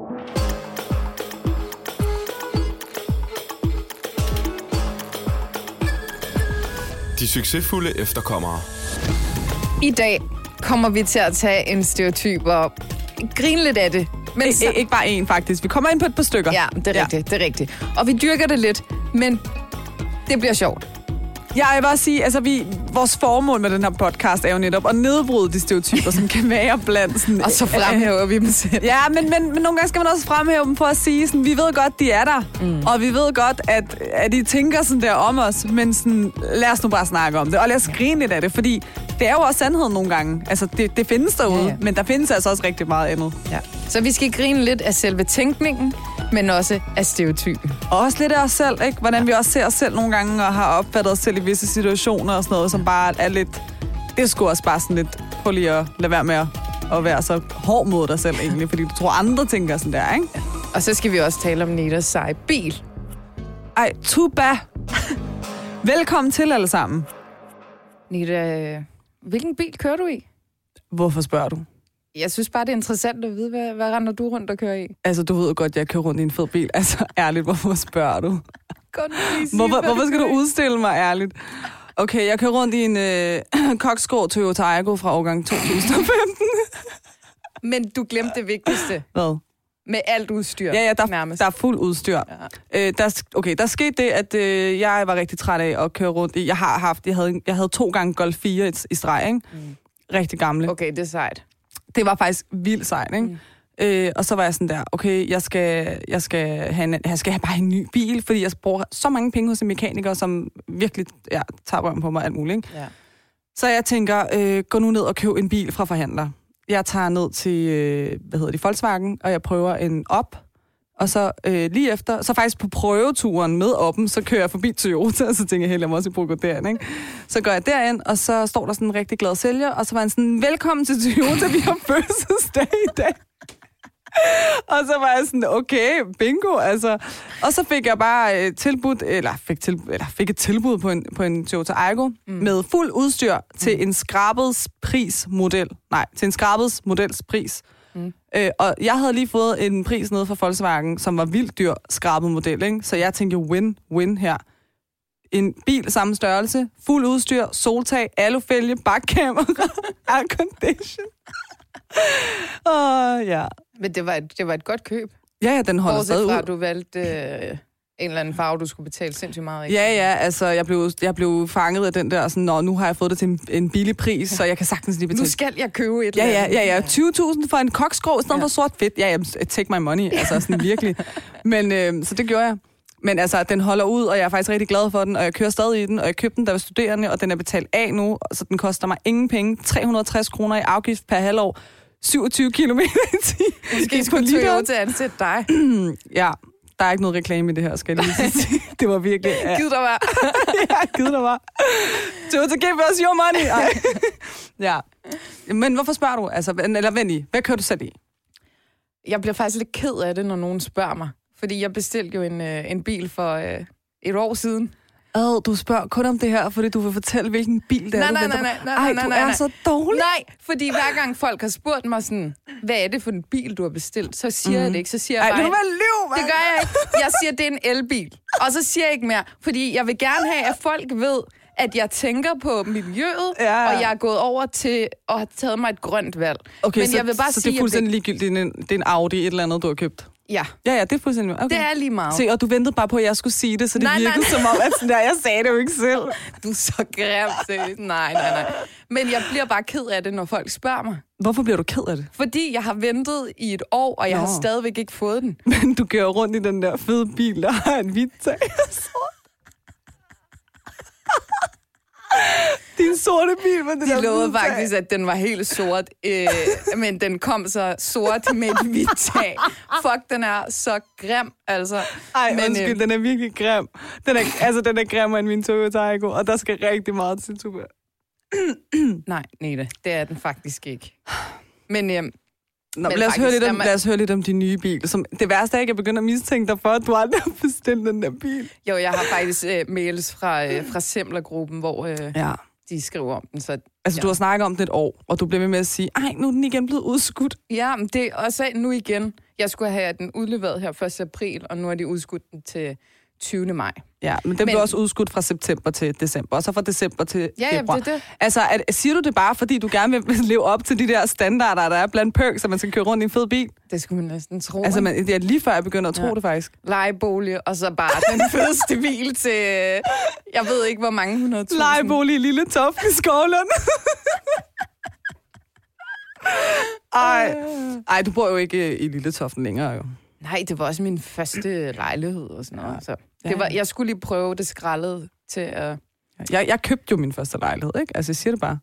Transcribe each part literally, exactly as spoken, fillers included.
De succesfulde efterkommere. I dag kommer vi til at tage en stereotyp og grine lidt af det. Men så... Ikke bare en, faktisk. Vi kommer ind på et par stykker. Ja, det er rigtigt, ja. det er rigtigt. Og vi dyrker det lidt, men det bliver sjovt. Ja, jeg vil også sige, altså vi, vores formål med den her podcast er jo netop at nedbryde de stereotyper, som kan være blandt sådan... Og så fremhæver vi dem selv. Ja, men, men, men nogle gange skal man også fremhæve dem for at sige, sådan, vi ved godt, de er der. Mm. Og vi ved godt, at, at de tænker sådan der om os, men sådan, lad os nu bare snakke om det, og lad os grine lidt af det, fordi det er jo også sandheden nogle gange. Altså, det, det findes derude, ja, ja. Men der findes altså også rigtig meget andet. Ja. Så vi skal grine lidt af selve tænkningen, men også af stereotypen. Og også lidt af os selv, ikke? Hvordan ja. vi også ser os selv nogle gange, og har opfattet os selv i visse situationer og sådan noget, som bare er lidt... Det er sgu også bare sådan lidt... Prøv lige at lade være med at, at være så hård mod dig selv, egentlig, fordi du tror, andre tænker sådan der, ikke? Ja. Og så skal vi også tale om Nedas seje bil. Ej, tuba! Velkommen til alle sammen. Neda, hvilken bil kører du i? Hvorfor spørger du? Jeg synes bare, det er interessant at vide, hvad, hvad render du rundt og kører i? Altså, du ved godt, jeg kører rundt i en fed bil. Altså, ærligt, hvorfor spørger du? Godt lige sige, hvorfor hvorfor skal du udstille mig, ærligt? Okay, jeg kører rundt i en øh, Koksgaard Toyota Aygo fra årgang to tusind og femten. Men du glemte det vigtigste. Hvad? Med alt udstyr. Ja, ja, der, nærmest. der er fuld udstyr. Ja. Øh, der, okay, der skete det, at øh, jeg var rigtig træt af at køre rundt i. Jeg har haft, jeg havde, jeg havde to gange Golf fire i, i streg, ikke? Mm. Rigtig gamle. Okay, det er sejt. Det var faktisk vildt sejt, ikke? Mm. Øh, og så var jeg sådan der, okay, jeg skal, jeg skal, have en, jeg skal have bare en ny bil, fordi jeg bruger så mange penge hos en mekaniker, som virkelig ja, tager røven på mig alt muligt, ikke? Ja. Så jeg tænker, øh, gå nu ned og køb en bil fra forhandler. Jeg tager ned til, øh, hvad hedder det, Volkswagen, og jeg prøver en op. Og så øh, lige efter, så faktisk på prøveturen med oppen, så kører jeg forbi Toyota, og så tænker jeg, jeg må også bruge derind, ikke? Så går jeg derind, og så står der sådan en rigtig glad sælger, og så var han sådan, velkommen til Toyota, vi har fødselsdag i dag. Og så var jeg sådan, okay, bingo, altså. Og så fik jeg bare øh, tilbud, eller fik, til, eller fik et tilbud på en, på en Toyota Aygo, mm. med fuld udstyr til mm. en skrabets prismodel. Nej, til en skrabets models pris. Mm. Øh, og jeg havde lige fået en pris nede fra Volkswagen, som var vildt dyr skrabet model, ikke? Så jeg tænkte win-win her. En bil samme størrelse, fuld udstyr, soltag, alufælge, bakkamera, aircondition. Åh, ja. Men det var, et, det var et godt køb. Ja, ja, den holder stadig ud. Bortset fra, du valgte øh, en eller anden farve, du skulle betale sindssygt meget af. Ja, ja, altså, jeg blev, jeg blev fanget af den der, sådan, nå, nu har jeg fået det til en, en billig pris, så jeg kan sagtens lige betale. Nu skal jeg købe et ja, eller andet. Ja, ja, ja, tyve tusind for en koksgrå, i stedet ja. for sort fedt. Ja, ja, take my money, altså sådan virkelig. Men, øh, så det gjorde jeg. Men altså, den holder ud, og jeg er faktisk rigtig glad for den, og jeg kører stadig i den, og jeg købte den, da jeg var studerende, og den er betalt af nu, så den koster mig ingen penge. tre hundrede og tres kroner i afgift per halvår. syvogtyve kilometer i timen. Måske skulle Toyota ansætte dig. Ja, der er ikke noget reklame i det her, skal jeg lige sige. Det var virkelig... Ja. Gid der var. Ja, gid der var. Toyota, give us your money. Ej. Ja. Men hvorfor spørger du? Altså, eller vent i, hvad kører du selv i? Jeg bliver faktisk lidt ked af det, når nogen spørger mig. Fordi jeg bestilte jo en, øh, en bil for øh, et år siden. Ad, du spørger kun om det her, fordi du vil fortælle, hvilken bil det er, nej, du nej, venter nej, på. nej, Ej, nej, du nej, er nej. så dårlig. Nej, fordi hver gang folk har spurgt mig sådan, hvad er det for en bil, du har bestilt, så siger mm. jeg det ikke. Så siger jeg Ej, bare, det, lyv, det gør jeg ikke. Jeg siger, det er en elbil. Og så siger jeg ikke mere, fordi jeg vil gerne have, at folk ved, at jeg tænker på miljøet, ja. Og jeg er gået over til at have taget mig et grønt valg. Okay, men så, jeg vil bare så sige, det er fuldstændig ligegyldigt, det er en, det er en Audi, et eller andet, du har købt? Ja. Ja, ja, det er fuldstændig... Okay. Det er lige meget. Se, og du ventede bare på, at jeg skulle sige det, så det nej, virkede nej, nej. som om, at sådan der, jeg sagde det jo ikke selv. Du er så grim, seriøst. Nej, nej, nej. Men jeg bliver bare ked af det, når folk spørger mig. Hvorfor bliver du ked af det? Fordi jeg har ventet i et år, og jeg Nå. har stadigvæk ikke fået den. Men du kører rundt i den der fede bil, der har en hvidt tag. Din sorte bil med den De der lovede faktisk, at den var helt sort, øh, men den kom så sort med et hvidt tag. Fuck, den er så grim, altså. Ej, men, undskyld, øh, den er virkelig grim. Den er, altså, den er grimmere end min Toyota Aygo, og der skal rigtig meget til, Tuba. Nej, Neda, det er den faktisk ikke. Men... Øh, Nå, lad, os høre lidt om, lad os høre lidt om de nye bil. Som, det værste er ikke, at jeg begynder at mistænke dig for, at du aldrig har bestilt den der bil. Jo, jeg har faktisk øh, mails fra, øh, fra Semler-gruppen, hvor øh, ja. de skriver om den. Så, altså, ja. Du har snakket om den et år, og du bliver ved med at sige, ej, nu er den igen blevet udskudt. Ja, men det er også nu igen. Jeg skulle have den udleveret her første april, og nu er de udskudt den til tyvende maj. Ja, men den blev også udskudt fra september til december, og så fra december til ja, februar. Ja, det er det. Altså, at, siger du det bare, fordi du gerne vil leve op til de der standarder, der er blandt perks, så man skal køre rundt i en fed bil? Det skulle man næsten tro. Altså, man, det er lige før, jeg begynder at tro ja. det faktisk. Lejebolig, og så bare den fedeste bil til, jeg ved ikke, hvor mange hundrede tusind. Lejebolig i Lille Toft i Skovlund. Ej. Ej, du bor jo ikke i Lille Toften længere, jo. Nej, det var også min første lejlighed og sådan noget. Ja. Så det var, jeg skulle lige prøve det skrællet til at... Jeg, jeg købte jo min første lejlighed, ikke? Altså, jeg siger det bare.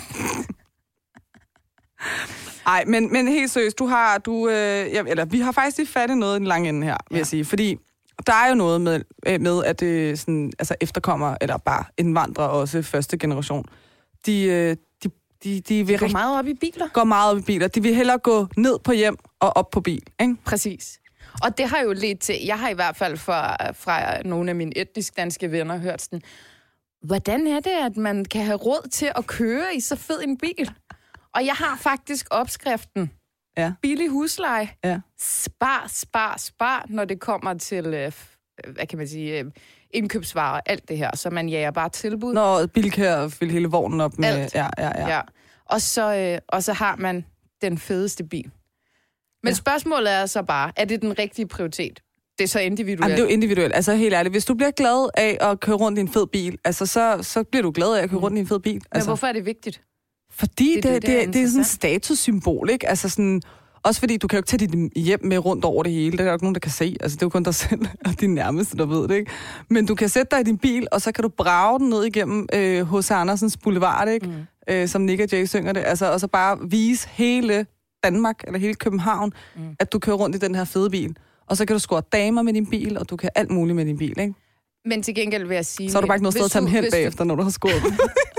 Ej, men, men helt seriøst, du har... Du, øh, eller, vi har faktisk lige fat i noget i den lange ende her, vil ja. jeg sige. Fordi der er jo noget med, med at det sådan, altså efterkommer, eller bare indvandrere også, første generation. De... Øh, de De, de vil går meget op i biler. Går meget op i biler. De vil hellere gå ned på hjem og op på bil, ikke? Præcis. Og det har jo ledt til, jeg har i hvert fald fra, fra nogle af mine etnisk danske venner hørt sådan, hvordan er det, at man kan have råd til at køre i så fed en bil? Og jeg har faktisk opskriften. Ja. Billig husleje. Ja. Spar, spar, spar, når det kommer til, øh, hvad kan man sige, øh, indkøbsvarer, alt det her. Så man jager bare tilbud. Når Bilka fylder hele vognen op med... Alt. Ja, ja, ja. ja. Og, så, øh, og så har man den fedeste bil. Men ja. spørgsmålet er så bare, er det den rigtige prioritet? Det er så individuelt. Jamen, det er jo individuelt. Altså helt ærligt, hvis du bliver glad af at køre rundt i en fed bil, altså så, så bliver du glad af at køre rundt i en fed bil. Altså, men hvorfor er det vigtigt? Fordi det, det, det, det, det, det er sådan et statussymbol, ikke? Altså sådan... Også fordi, du kan jo ikke tage dit hjem med rundt over det hele. Det er jo ikke nogen, der kan se. Altså, det er jo kun dig selv og din nærmeste, der ved det, ikke? Men du kan sætte dig i din bil, og så kan du brage den ned igennem øh, H C Andersens Boulevard, ikke? Mm. Øh, som Nick og Jay synger det. Altså, og så bare vise hele Danmark, eller hele København, mm. at du kører rundt i den her fede bil. Og så kan du score damer med din bil, og du kan alt muligt med din bil, ikke? Men til gengæld vil jeg sige... Så har du bare ikke noget sted at tage dem hen bagefter, du... når du har scoret dem.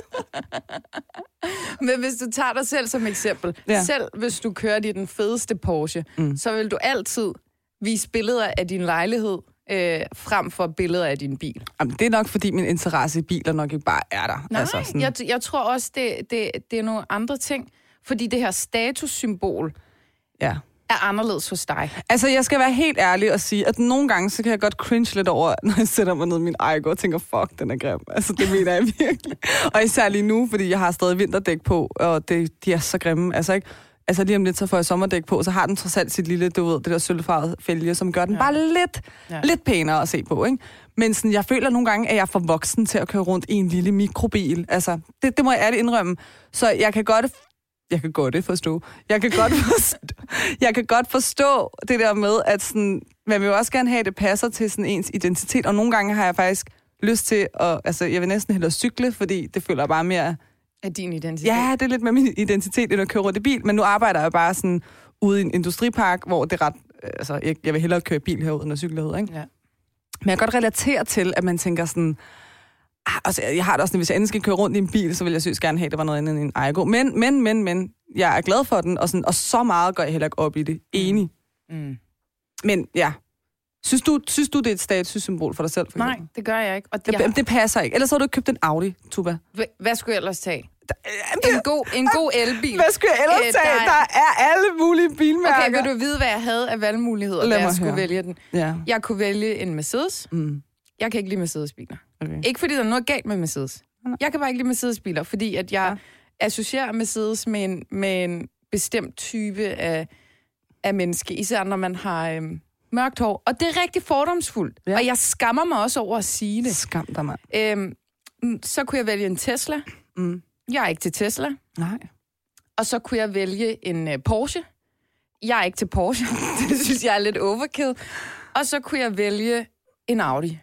Men hvis du tager dig selv som eksempel, ja. selv hvis du kører i den fedeste Porsche, mm. så vil du altid vise billeder af din lejlighed, øh, frem for billeder af din bil. Jamen, det er nok, fordi min interesse i biler nok ikke bare er der. Nej, altså, sådan... jeg, jeg tror også, det, det, det er nogle andre ting. Fordi det her statussymbol ja. er anderledes hos dig. Altså, jeg skal være helt ærlig og sige, at nogle gange, så kan jeg godt cringe lidt over, når jeg sætter mig ned i min Aygo og tænker, fuck, den er grim. Altså, det mener jeg virkelig. Og især lige nu, fordi jeg har stadig vinterdæk på, og det, de er så grimme. Altså, ikke? Altså, lige om lidt, så får jeg sommerdæk på, så har den trods alt sit lille, du ved, det der sølvfarvede fælge, som gør den ja. bare lidt, ja. lidt pænere at se på, ikke? Men sådan, jeg føler nogle gange, at jeg er for voksen til at køre rundt i en lille mikrobil. Altså, det, det må jeg ærligt indrømme. Så jeg kan godt... Jeg kan godt det forstå. Jeg kan godt forstå, jeg kan godt forstå det der med, at sådan, man vil jo også gerne have, at det passer til sådan ens identitet. Og nogle gange har jeg faktisk lyst til at... Altså, jeg vil næsten hellere cykle, fordi det føler bare mere... Af din identitet? Ja, det er lidt med min identitet, end at køre rundt i bil. Men nu arbejder jeg bare sådan ude i en industripark, hvor det er ret... Altså, jeg, jeg vil hellere køre bil herude, end at cykle herude, ikke? Ja. Men jeg kan godt relatere til, at man tænker sådan... Altså, jeg har det også, hvis jeg endelig skal køre rundt i en bil, så vil jeg synes gerne have, at det var noget andet end en Aygo. Men, men, men, men, jeg er glad for den, og, sådan, og så meget går jeg heller ikke op i det. Enig. Mm. Men ja, synes du, synes du, det er et statussymbol for dig selv? For Nej, det gør jeg ikke. Og det, jeg... det passer ikke. Ellers har du købt en Audi, Tuba. Hvad skulle jeg ellers tage? En god, en god elbil. Hvad skulle jeg ellers tage? Der er... der er alle mulige bilmærker. Okay, vil du vide, hvad jeg havde af valgmuligheder, da jeg skulle høre. vælge den? Ja. Jeg kunne vælge en Mercedes. Mm. Jeg kan ikke lide Mercedes-biler. Okay. Ikke fordi der er noget galt med Mercedes. Jeg kan bare ikke lide Mercedes-biler, fordi at jeg ja. associerer Mercedes med en, med en bestemt type af, af menneske, især når man har øhm, mørkt hår. Og det er rigtig fordomsfuldt. Ja. Og jeg skammer mig også over at sige det. Skam dig, mand. Øhm, så kunne jeg vælge en Tesla. Mm. Jeg er ikke til Tesla. Nej. Og så kunne jeg vælge en uh, Porsche. Jeg er ikke til Porsche. Det synes jeg er lidt overkill. Og så kunne jeg vælge en Audi.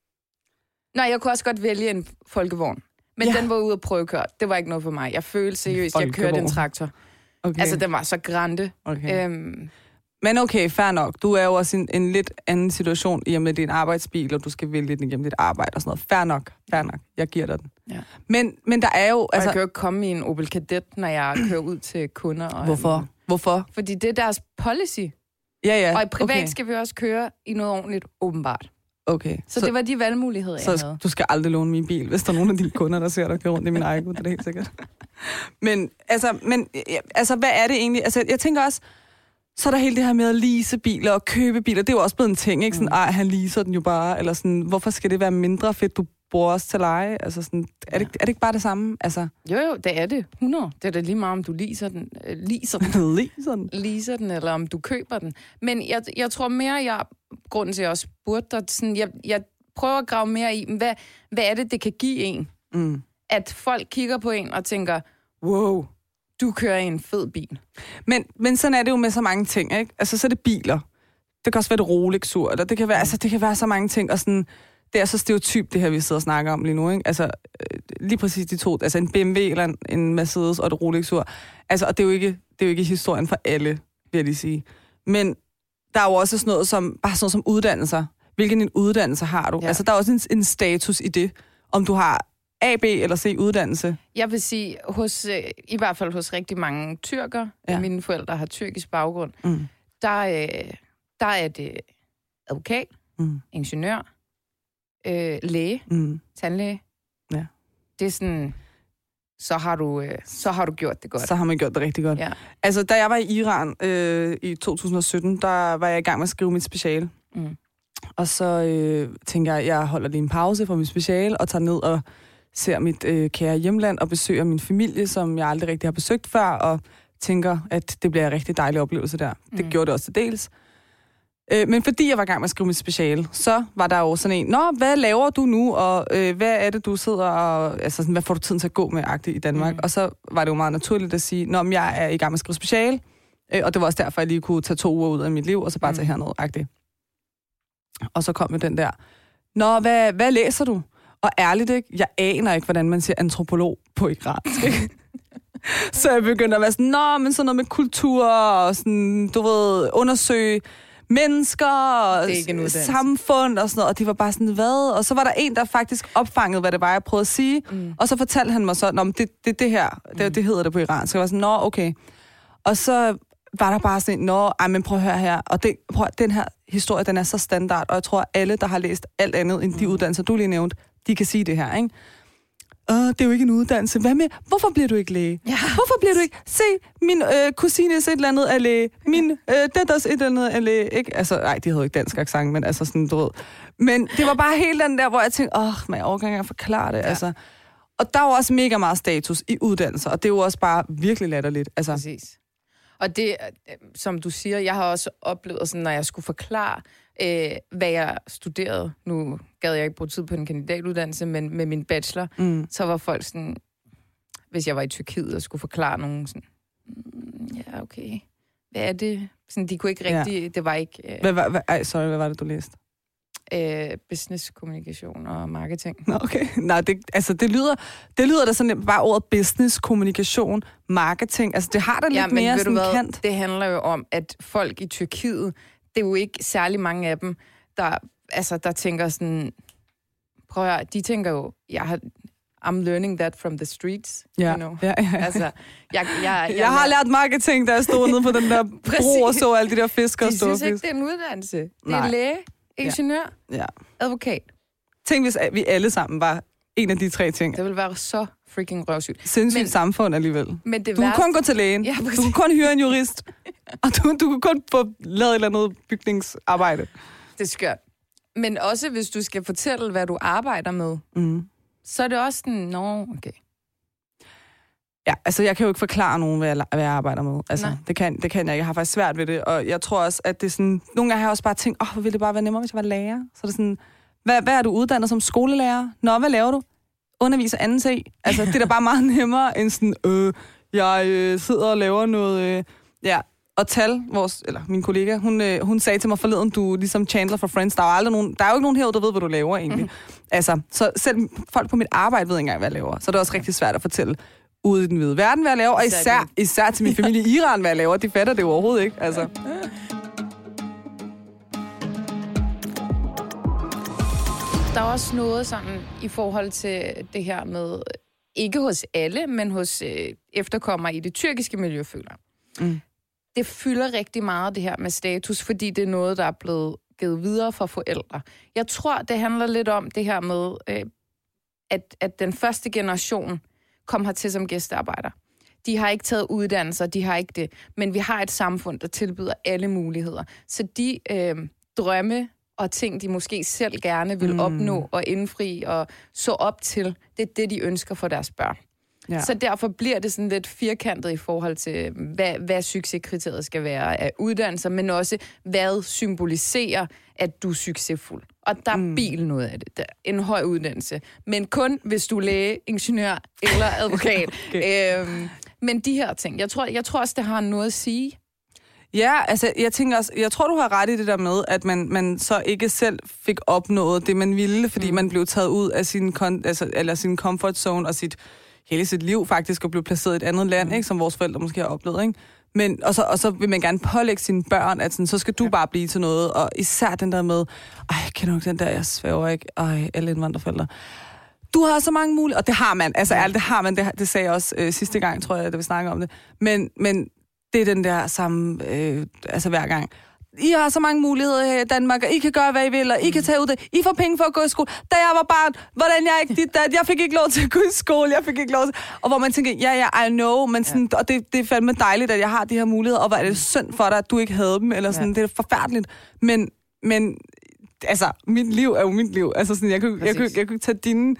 Nej, jeg kunne også godt vælge en folkevogn. Men ja. den var ude at prøvekøre. Det var ikke noget for mig. Jeg følte seriøst, jeg kørte en traktor. Okay. Altså, den var så grande. Okay. Øhm. Men okay, fair nok. Du er jo også i en, en lidt anden situation i og med din arbejdsbil, og du skal vælge den igennem dit arbejde og sådan noget. Fair nok, fair nok. Jeg giver dig den. Ja. Men, men der er jo... Altså... Og jeg kan jo ikke komme i en Opel Kadett, når jeg kører ud til kunder. Og Hvorfor? En... Hvorfor? Fordi det er deres policy. Ja, ja. Og i privat okay. skal vi også køre i noget ordentligt, åbenbart. Okay. Så, så det var de valgmuligheder, jeg så havde. Du skal aldrig låne min bil, hvis der er nogen af dine kunder, der ser dig køre rundt i min Aygo. Det er det helt sikkert. Men, altså, men, altså, hvad er det egentlig? Altså, jeg tænker også, Så er der hele det her med at lease biler og købe biler. Det er jo også blevet en ting, ikke? Sådan, mm. ej, han leaser den jo bare. Eller sådan, hvorfor skal det være mindre fedt, du bruger også til leje? Altså sådan, er, det, er det ikke bare det samme? Altså... Jo, jo, det er det. hundrede. Det er da lige meget, om du leaser den. Øh, leaser den. leaser den. Leaser den, eller om du køber den. Men jeg, jeg tror mere, jeg... Grunden til, at jeg også spurgte dig, sådan, jeg, jeg prøver at grave mere i, hvad, hvad er det, det kan give en? Mm. At folk kigger på en og tænker, wow, du kører i en fed bil. Men, men sådan er det jo med så mange ting, ikke? Altså, så er det biler. Det kan også være det Rolex-ur, eller det kan være, altså, det kan være så mange ting, og sådan, det er så stereotyp, det her, vi sidder og snakker om lige nu, ikke? Altså, lige præcis de to, altså en B M W eller en, en Mercedes og et Rolex-ur. Altså, og det er, jo ikke, det er jo ikke historien for alle, vil jeg lige sige. Men der er jo også sådan noget som, bare sådan noget som uddannelser. Hvilken en uddannelse har du? Ja. Altså, der er også en, en status i det, om du har A, B eller C uddannelse. Jeg vil sige, hos, i hvert fald hos rigtig mange tyrker, ja. Mine forældre har tyrkisk baggrund, mm. der, der er det advokat, mm. ingeniør, øh, læge, mm. tandlæge. Ja. Det er sådan, så har, du, så har du gjort det godt. Så har man gjort det rigtig godt. Ja. Altså, da jeg var i Iran øh, i to tusind og sytten, der var jeg i gang med at skrive mit speciale. Mm. Og så øh, tænker jeg, jeg holder lige en pause fra mit speciale og tager ned og ser mit øh, kære hjemland og besøger min familie, som jeg aldrig rigtig har besøgt før, og tænker, at det bliver en rigtig dejlig oplevelse der. Mm. Det gjorde det også til dels. Øh, men fordi jeg var i gang med at skrive mit speciale, så var der jo sådan en, nå, hvad laver du nu, og øh, hvad er det, du sidder og, altså sådan, hvad får du tiden til at gå med agtigt i Danmark? Mm. Og så var det jo meget naturligt at sige, nå, men jeg er i gang med at skrive speciale, øh, og det var også derfor, jeg lige kunne tage to uger ud af mit liv, og så bare mm. tage herned agtigt. Og så kom jo den der, nå, hvad, hvad læser du? Og ærligt ikke, jeg aner ikke, hvordan man siger antropolog på iransk, ikke? Så jeg begyndte at være sådan, nå, men sådan noget med kultur, og sådan, du ved, undersøge mennesker, og samfund, og sådan noget, og de var bare sådan, hvad? Og så var der en, der faktisk opfangede, hvad det var, jeg prøvede at sige, mm. og så fortalte han mig så, nå, men det, det, det her, det, mm. det hedder det på iransk. Så jeg var sådan, nå, okay. Og så var der bare sådan, nå, ej, men prøv at høre her, og det, prøv, den her historie, den er så standard, og jeg tror, alle, der har læst alt andet end de mm. uddannelser, du lige nævnte, de kan sige det her, ikke? Åh, det er jo ikke en uddannelse. Hvad med? Hvorfor bliver du ikke læge? Ja. Hvorfor bliver du ikke? Se, min øh, kusines et eller andet er læge. Min øh, datters et eller andet er læge. Ikke? Altså, nej, de havde jo ikke dansk accent, men altså sådan, du ved. Men det var bare helt den der, hvor jeg tænkte, åh, men jeg overgår ikke at forklare det. Ja. Altså. Og der var også mega meget status i uddannelser, og det er jo også bare virkelig latterligt. Altså. Præcis. Og det, som du siger, jeg har også oplevet, sådan, når jeg skulle forklare, øh, hvad jeg studerede. Nu gad jeg ikke bruge tid på en kandidatuddannelse, men med min bachelor, mm. så var folk sådan, hvis jeg var i Tyrkiet og skulle forklare nogen, sådan, mm, ja, okay, hvad er det? Sådan, de kunne ikke rigtig, ja. Det var ikke... Øh, hvad, hvad, hvad, ej, sorry, hvad var det, du læste? Øh, business, kommunikation og marketing. Okay, nej, det, altså det lyder, det lyder da sådan bare ordet business, kommunikation, marketing, altså det har da lidt ja, mere sådan hvad, kendt. Det handler jo om, at folk i Tyrkiet, det er jo ikke særlig mange af dem, der, altså, der tænker sådan, prøv at høre, de tænker jo, jeg har, I'm learning that from the streets, ja. you know. Ja, ja, ja. Altså, jeg, jeg, jeg, jeg har lært marketing, da jeg stod nede på den der bro og så alle de der fisk og store fisk. De synes ikke, det er en uddannelse. Det er læge, ingeniør, ja. Ja. advokat. Tænk, hvis vi alle sammen var en af de tre ting. Det ville være så freaking røvsygt. Sindssygt men, samfund alligevel. Men det du værste... kunne kun gå til lægen. Ja, du kunne kun hyre en jurist. Og du, du kunne kun få lavet et eller andet bygningsarbejde. Det er skørt. Men også hvis du skal fortælle, hvad du arbejder med, mm. så er det også sådan, nå, okay. Ja, altså jeg kan jo ikke forklare nogen, hvad jeg, hvad jeg arbejder med. Altså, det kan, det kan jeg ikke. Jeg har faktisk svært ved det. Og jeg tror også, at det er sådan... Nogle gange har jeg også bare tænkt, åh, oh, hvor ville det bare være nemmere, hvis jeg var lærer. Så er det sådan, hvad, hvad er du uddannet som skolelærer? Nå, hvad laver du? Underviser anden C. Altså, det er da bare meget nemmere end sådan, øh, jeg øh, sidder og laver noget... Øh, ja, og Tal, vores, eller min kollega, hun, øh, hun sagde til mig forleden, du er ligesom Chandler fra Friends. Der er, aldrig nogen, der er jo ikke nogen herude, der ved, hvad du laver egentlig. Mm. Altså, så selv folk på mit arbejde ved ikke engang, hvad jeg laver. Så er det også rigtig svært at fortælle ude i den hvide verden, hvad jeg laver, og især, især til min familie i Iran, hvad jeg laver. De fatter det jo overhovedet ikke. Altså. Der er også noget sådan i forhold til det her med, ikke hos alle, men hos øh, efterkommere i det tyrkiske miljø, føler. Mm. Det fylder rigtig meget, det her med status, fordi det er noget, der er blevet givet videre fra forældre. Jeg tror, det handler lidt om det her med, øh, at, at den første generation kom hertil som gæstearbejder. De har ikke taget uddannelser, de har ikke det. Men vi har et samfund, der tilbyder alle muligheder. Så de øh, drømme og ting, de måske selv gerne vil opnå og indfri og så op til, det er det, de ønsker for deres børn. Ja. Så derfor bliver det sådan lidt firkantet i forhold til, hvad, hvad succeskriteriet skal være af uddannelser, men også, hvad symboliserer, at du er succesfuld. Og der er mm. bil noget af det. Der er en høj uddannelse. Men kun, hvis du er læge, ingeniør eller advokat. okay. øhm, men de her ting, jeg tror, jeg tror også, det har noget at sige. Ja, altså, jeg tænker også, jeg tror, du har ret i det der med, at man, man så ikke selv fik opnået det, man ville, fordi mm. man blev taget ud af sin, kon, altså, eller sin comfort zone og sit, hele sit liv faktisk, og blev placeret i et andet land, mm. ikke, som vores forældre måske har oplevet, ikke? Men, og, så, og så vil man gerne pålægge sine børn, at sådan, så skal du ja. bare blive til noget, og især den der med, ej, jeg kender ikke den der, jeg svæver ikke, ej, alle indvandrerforældre. Du har så mange muligheder, og det har man, altså ærligt, det har man, det, det sagde jeg også øh, sidste gang, tror jeg, da vi snakkede om det, men, men det er den der samme, øh, altså hver gang. I har så mange muligheder her i Danmark, og I kan gøre, hvad I vil, og I kan tage ud det. I får penge for at gå i skole. Da jeg var barn, hvordan jeg ikke dit, jeg fik ikke lov til at gå i skole, jeg fik ikke lov til... Og hvor man tænker, ja, ja, I know, men sådan, ja. og det, det er fandme dejligt, at jeg har de her muligheder, og hvor er det synd for dig, at du ikke havde dem, eller sådan, ja. det er forfærdeligt. Men, men, altså, mit liv er jo mit liv. Altså sådan, jeg kunne, jeg kunne, jeg kunne tage dine...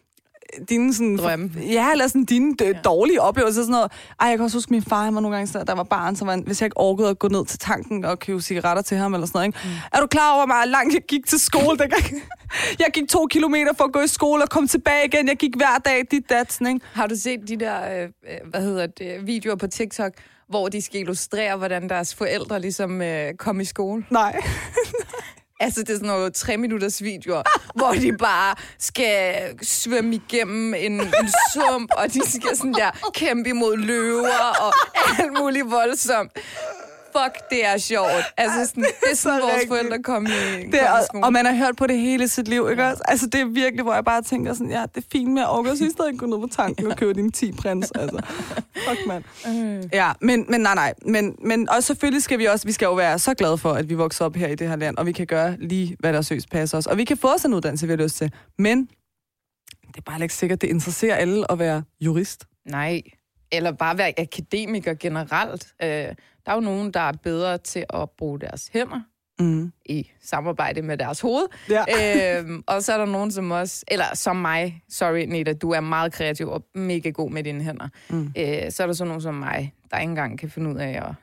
dine sådan... Drømme. Ja, eller sådan dine ja. dårlige oplevelser og sådan noget. Ej, jeg kan også huske, min far, han var nogle gange, der var barn, så var han, hvis jeg ikke orkede at gå ned til tanken og købe cigaretter til ham eller sådan noget, ikke? Mm. Er du klar over, hvor langt jeg gik til skole? Jeg gik to kilometer for at gå i skole og komme tilbage igen. Jeg gik hver dag, dit datsen, ikke? Har du set de der, øh, hvad hedder det, videoer på TikTok, hvor de skal illustrere, hvordan deres forældre ligesom øh, kom i skole? Nej. Altså, det er sådan nogle tre minutters videoer, hvor de bare skal svømme igennem en, en sump, og de skal sådan der kæmpe imod løver og alt muligt voldsomt. Fuck, det er sjovt. Altså, sådan, det er sådan, vores forældre kom i, det er, kom i skole. Og man har hørt på det hele sit liv, ikke også? Altså, det er virkelig, hvor jeg bare tænker sådan, ja, det er fint med at orke, og så i stedet gå ned på tanken og købe dine ti prins, altså. Fuck, mand. Øh. Ja, men, men nej, nej. Men, men og selvfølgelig skal vi også, vi skal jo være så glade for, at vi vokser op her i det her land, og vi kan gøre lige, hvad der søs passer os. Og vi kan få os en uddannelse, vi har lyst til. Men det er bare ikke sikkert, det interesserer alle at være jurist. Nej, eller bare være akademiker generelt. Øh, Der er jo nogen, der er bedre til at bruge deres hænder mm. i samarbejde med deres hoved. Ja. Øhm, og så er der nogen, som også... Eller som mig. Sorry, Neda, du er meget kreativ og mega god med dine hænder. Mm. Øh, så er der så nogen som mig, der ikke engang kan finde ud af at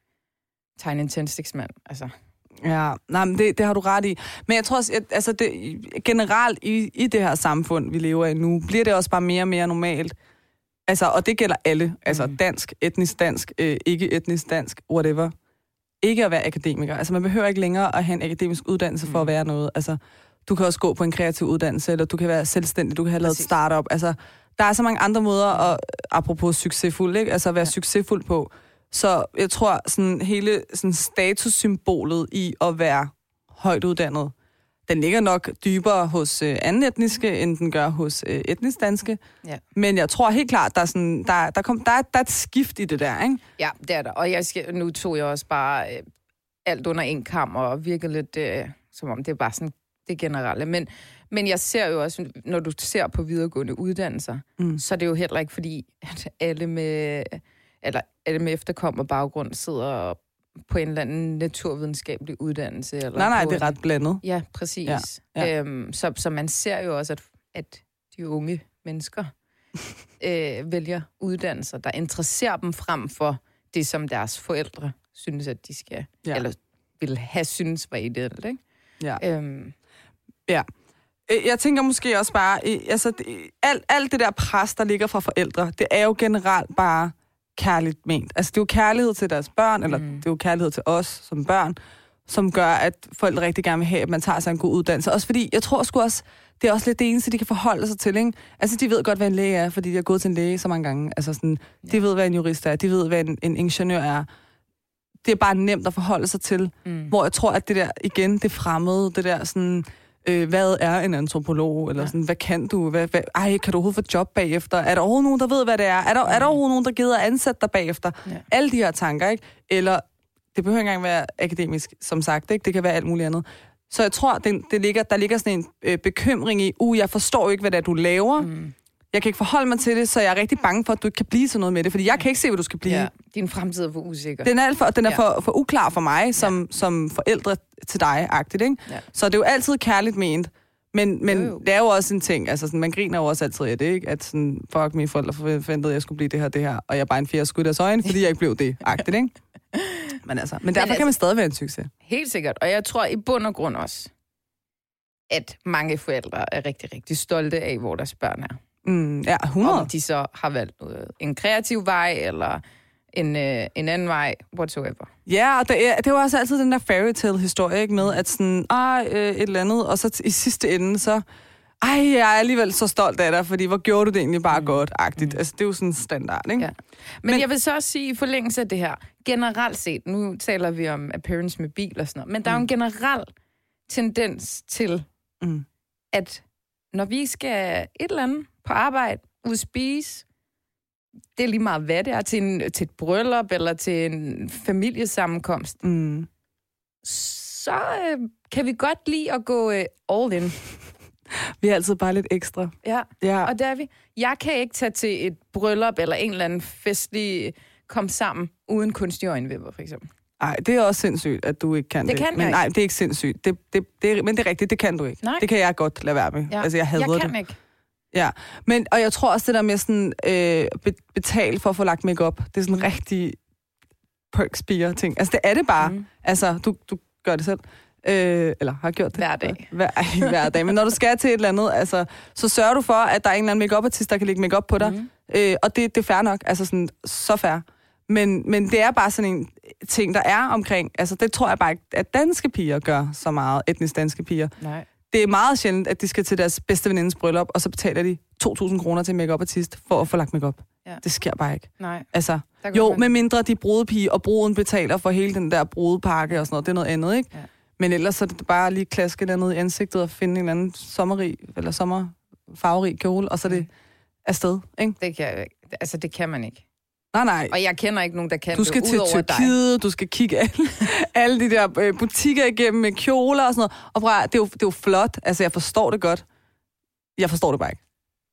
tegne en tændstiksmand. Altså... Ja, nej, men det, det har du ret i. Men jeg tror også, at altså det, generelt i, i det her samfund, vi lever i nu, bliver det også bare mere og mere normalt. Altså, og det gælder alle. Altså mm. dansk, etnisk dansk, øh, ikke etnisk dansk, whatever. Ikke at være akademiker. Altså, man behøver ikke længere at have en akademisk uddannelse mm. for at være noget. Altså, du kan også gå på en kreativ uddannelse, eller du kan være selvstændig, du kan have lavet et startup. Altså, der er så mange andre måder, at, apropos succesfuld, ikke? Altså, at være ja. succesfuld på. Så jeg tror, sådan hele sådan statussymbolet i at være højt uddannet, den ligger nok dybere hos øh, anden etniske, end den gør hos øh, etnisk danske. Ja. Men jeg tror helt klart, der er, sådan, der, der, kom, der, er, der er et skift i det der, ikke? Ja, det er der. Og jeg skal, nu tog jeg også bare øh, alt under en kam og virkede lidt, øh, som om det er bare sådan det generelle. Men, men jeg ser jo også, når du ser på videregående uddannelser, mm. så er det jo heller ikke fordi, at alle med, eller alle med efterkommerbaggrund sidder og på en eller anden naturvidenskabelig uddannelse. Eller nej, nej, på, det er ret blandet. Ja, præcis. Ja, ja. Øhm, så, så man ser jo også, at, at de unge mennesker øh, vælger uddannelser, der interesserer dem frem for det, som deres forældre synes, at de skal, ja. eller vil have synes var ideelt, ikke? Ja. Øhm. Ja. Jeg tænker måske også bare, altså, alt, alt det der pres, der ligger fra forældre, det er jo generelt bare kærligt ment. Altså, det er jo kærlighed til deres børn, eller mm. det er jo kærlighed til os som børn, som gør, at forældre rigtig gerne vil have, at man tager sig en god uddannelse. Også fordi, jeg tror sgu også, det er også lidt det eneste, de kan forholde sig til, ikke? Altså, de ved godt, hvad en læge er, fordi de har gået til en læge så mange gange. Altså, sådan, ja. De ved, hvad en jurist er, de ved, hvad en, en ingeniør er. Det er bare nemt at forholde sig til. Mm. Hvor jeg tror, at det der, igen, det fremmede, det der sådan... Øh, hvad er en antropolog? Eller sådan, ja. Hvad kan du? Hvad, hvad, ej, kan du overhovedet få job bagefter? Er der overhovedet nogen, der ved, hvad det er? Er der, er der overhovedet nogen, der gider at ansætte dig bagefter? Ja. Alle de her tanker, ikke? Eller, det behøver ikke engang være akademisk, som sagt, ikke? Det kan være alt muligt andet. Så jeg tror, det, det ligger, der ligger sådan en øh, bekymring i, uh, jeg forstår ikke, hvad det er, du laver. Mm. Jeg kan ikke forholde mig til det, så jeg er rigtig bange for, at du ikke kan blive sådan noget med det, fordi jeg kan ikke se, hvad du skal blive. Ja, din fremtid er for usikker. Den er, alt for, den er ja. for, for uklar for mig, som, ja. som forældre til dig-agtigt, ikke? Ja. Så det er jo altid kærligt ment. Men, men jo, jo. det er jo også en ting, altså sådan, man griner jo også altid af det, ikke? At sådan, fuck, mine forældre forventede, at jeg skulle blive det her, det her, og jeg er bare en fjerde skud af deres øjne, fordi jeg ikke blev det, agtigt, ikke? Men altså, men derfor men altså, kan man stadig være en succes. Helt sikkert, og jeg tror i bund og grund også, at mange forældre er rigtig, rigtig stolte af, hvor deres børn er. Mm, ja, hundrede. Om de så har valgt en kreativ vej, eller en, øh, en anden vej, whatsoever. Ja, og det er, det er jo også altid den der fairytale-historie, ikke? Med at sådan, ah, øh, et eller andet, og så t- i sidste ende, så, ej, jeg er alligevel så stolt af dig, fordi hvor gjorde du det egentlig bare mm. godt-agtigt. Mm. Altså, det er jo sådan standard, ikke? Ja. Men, men jeg vil så også sige, i forlængelse af det her, generelt set, nu taler vi om appearance med bil og sådan noget, men der mm. er jo en generel tendens til, mm. at når vi skal et eller andet på arbejde, ud at spise, det er lige meget, hvad det er, til, en, til et bryllup eller til en familiesammenkomst, mm. så øh, kan vi godt lide at gå øh, all in. Vi er altid bare lidt ekstra. Ja, ja, og der er vi. Jeg kan ikke tage til et bryllup eller en eller anden festlig kom sammen uden kunstige øjenvipper, for eksempel. Nej, det er også sindssygt, at du ikke kan det. Det kan men jeg nej, det er ikke sindssygt. Det, det, det er, men det er rigtigt, det kan du ikke. Nej. Det kan jeg godt lade være med. Ja. Altså, jeg hader jeg kan det. ikke. Ja, men, og jeg tror også, det der med sådan, øh, betale for at få lagt makeup, det er sådan en rigtig perk-spire-ting. Altså, det er det bare. Mm. Altså, du, du gør det selv. Øh, eller har gjort det. Hver dag. Hver, ej, hver dag. Men når du skal til et eller andet, altså, så sørger du for, at der er en eller anden make-up-artist, der kan lægge makeup på dig. Mm. Øh, og det, det er fair nok. Altså, sådan, så fair. Men, men det er bare sådan en ting, der er omkring. Altså, det tror jeg bare ikke, at danske piger gør så meget. Etnisk danske piger. Nej. Det er meget sjældent, at de skal til deres bedste venindes bryllup, og så betaler de to tusind kroner til en make-up-artist for at få lagt make-up. Ja. Det sker bare ikke. Nej. Altså, jo, man... med mindre de brudepige og bruden betaler for hele den der brudepakke og sådan noget. Det er noget andet, ikke? Ja. Men ellers er det bare lige klaske der ned i ansigtet og finde en eller anden sommerrig, eller sommerfarverig kjole, og så er det afsted, ikke? Det kan, altså, det kan man ikke. Nej, nej. Og jeg kender ikke nogen, der kan du skal det til ud over Tyrkiet, du skal kigge alle, alle de der øh, butikker igennem med kjoler og sådan noget. Og bra, det, er jo, det er jo flot. Altså, jeg forstår det godt. Jeg forstår det bare ikke.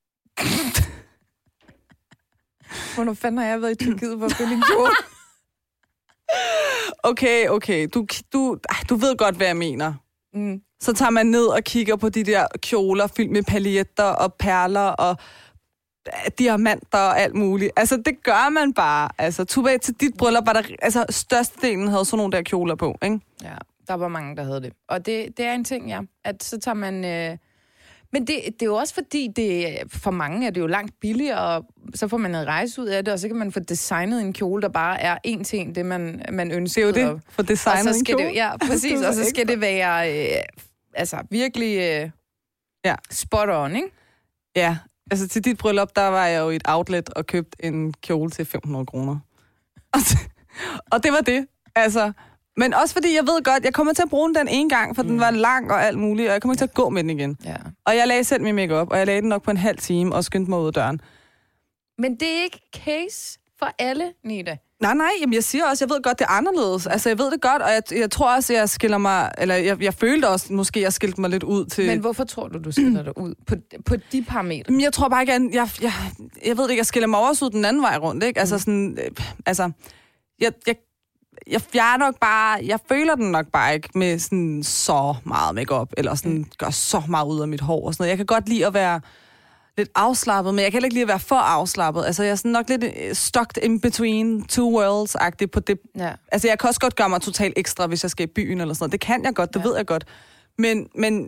Hvornår fanden har jeg været i Tyrkiet for at finde en kjole? Okay, okay. Du, du, du ved godt, hvad jeg mener. Mm. Så tager man ned og kigger på de der kjoler fyldt med paljetter og perler og diamanter og alt muligt. Altså, det gør man bare. Altså, tilbage til dit bryllup var der... Altså, størstedelen havde sådan nogle der kjoler på, ikke? Ja, der var mange, der havde det. Og det, det er en ting, ja. At så tager man... Øh... Men det, det er jo også fordi, det, for mange er det jo langt billigere, og så får man en rejse ud af det, og så kan man få designet en kjole, der bare er en ting, det man, man ønsker. Det er jo det, for designet en kjole. Det, ja, præcis, og så skal det være øh, altså, virkelig øh, ja. spot on, ikke? Ja, altså til dit bryllup, der var jeg jo i et outlet og købte en kjole til fem hundrede kroner. Og, og det var det, altså... Men også fordi, jeg ved godt, jeg kommer til at bruge den den ene gang, for mm. den var lang og alt muligt, og jeg kommer ikke til at gå med den igen. Ja. Og jeg lagde selv min makeup, og jeg lagde den nok på en halv time, og skyndte mig ud af døren. Men det er ikke case for alle, Nita. Nej, nej, jamen jeg siger også, jeg ved godt, det er anderledes. Altså, jeg ved det godt, og jeg, jeg tror også, jeg skiller mig, eller jeg, jeg følte også, måske jeg skilte mig lidt ud til... Men hvorfor tror du, du skiller dig ud på, på de parametre? Men jeg tror bare ikke, jeg, jeg, jeg, jeg ved det ikke, jeg skiller mig også ud den anden vej rundt, ikke? Altså sådan, altså, jeg... jeg Jeg, jeg er nok bare, jeg føler den nok bare ikke med sådan så meget makeup eller sådan mm. gør så meget ud af mit hår og sådan noget. Jeg kan godt lide at være lidt afslappet, men jeg kan heller ikke lide at være for afslappet. Altså, jeg er sådan nok lidt stuck in between two worlds-agtig på det. Ja. Altså, jeg kan også godt gøre mig totalt ekstra, hvis jeg skal i byen eller sådan noget. Det kan jeg godt, det ja. ved jeg godt. Men, men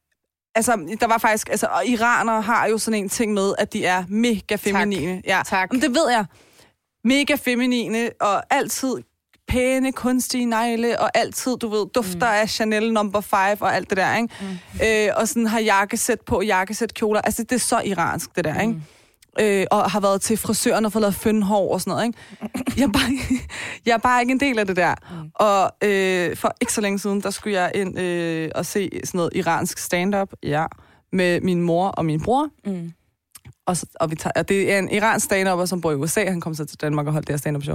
altså, der var faktisk, altså, og iranere har jo sådan en ting med, at de er mega feminine. Tak. Ja, tak. Men det ved jeg. Mega feminine og altid pæne, kunstige negle, og altid, du ved, dufter mm. af Chanel number five og alt det der, ikke? Mm. Øh, og sådan har jakkesæt på, jakkesæt kjoler. Altså, det er så iransk, det der, mm. ikke? Øh, og har været til frisøren og fået lavet fyndhår og sådan noget, ikke? Jeg er bare, jeg er bare ikke en del af det der. Mm. Og øh, for ikke så længe siden, der skulle jeg ind øh, og se sådan noget iransk stand-up, ja, med min mor og min bror. Mm. Og, så, og, vi tager, og det er en iransk stand-upper, som bor i U S A. Han kom så til Danmark og holdt det her stand-up-show.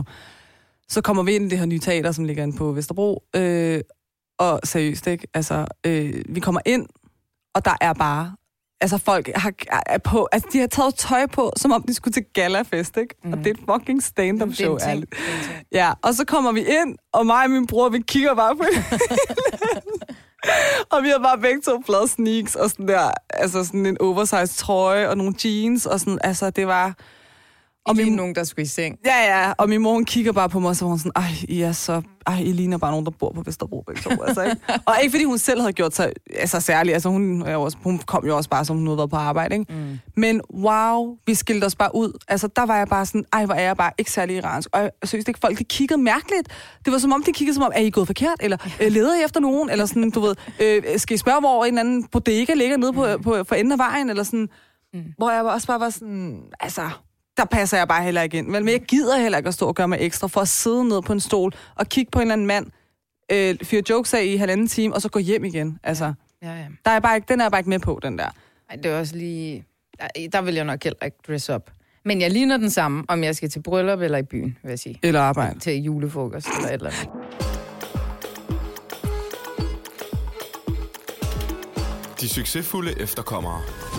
Så kommer vi ind i det her nye teater, som ligger inde på Vesterbro. Øh, og seriøst, ikke? Altså, øh, vi kommer ind, og der er bare... altså folk har, er på, altså de har taget tøj på, som om de skulle til galafest, ikke? Mm. Og det er et fucking stand-up show, ærligt. Ja, og så kommer vi ind, og mig og min bror, vi kigger bare på og vi har bare begge to flade sneaks, og sådan der, altså sådan en oversized trøje, og nogle jeans, og sådan, altså det var... Og min, nogen, der skulle i seng. Ja, ja, og min mor, hun kigger bare på mig, og så var hun sådan, ej, I er så, ej, I ligner bare nogen, der bor på Vesterbro, begge to, altså, ikke? Og ikke fordi hun selv havde gjort sig altså, særligt, altså hun, også, hun kom jo også bare, som hun havde været på arbejde, ikke? Mm. Men wow, vi skilte os bare ud. Altså, der var jeg bare sådan, ej, hvor er jeg bare ikke særlig iransk. Og jeg synes ikke, folk, de kiggede mærkeligt. Det var som om, de kiggede som om, er I gået forkert? Eller øh, leder I efter nogen? Eller sådan, du ved, øh, skal I spørge, hvor en anden bodega ligger nede på, mm. på, for enden af vejen? Eller sådan, mm. hvor jeg også bare var sådan, altså... Der passer jeg bare heller ikke ind. Men jeg gider heller ikke at stå og gøre mig ekstra for at sidde ned på en stol og kigge på en eller anden mand, øh, fyre jokes af i halvanden time, og så gå hjem igen. Altså, ja, ja. Der er bare ikke, den er jeg bare ikke med på, den der. Ej, det er også lige... Der, der vil jeg nok heller ikke dress up. Men jeg ligner den samme, om jeg skal til bryllup eller i byen, vil jeg sige. Eller arbejde. Til julefrokost eller et eller andet. De succesfulde efterkommere.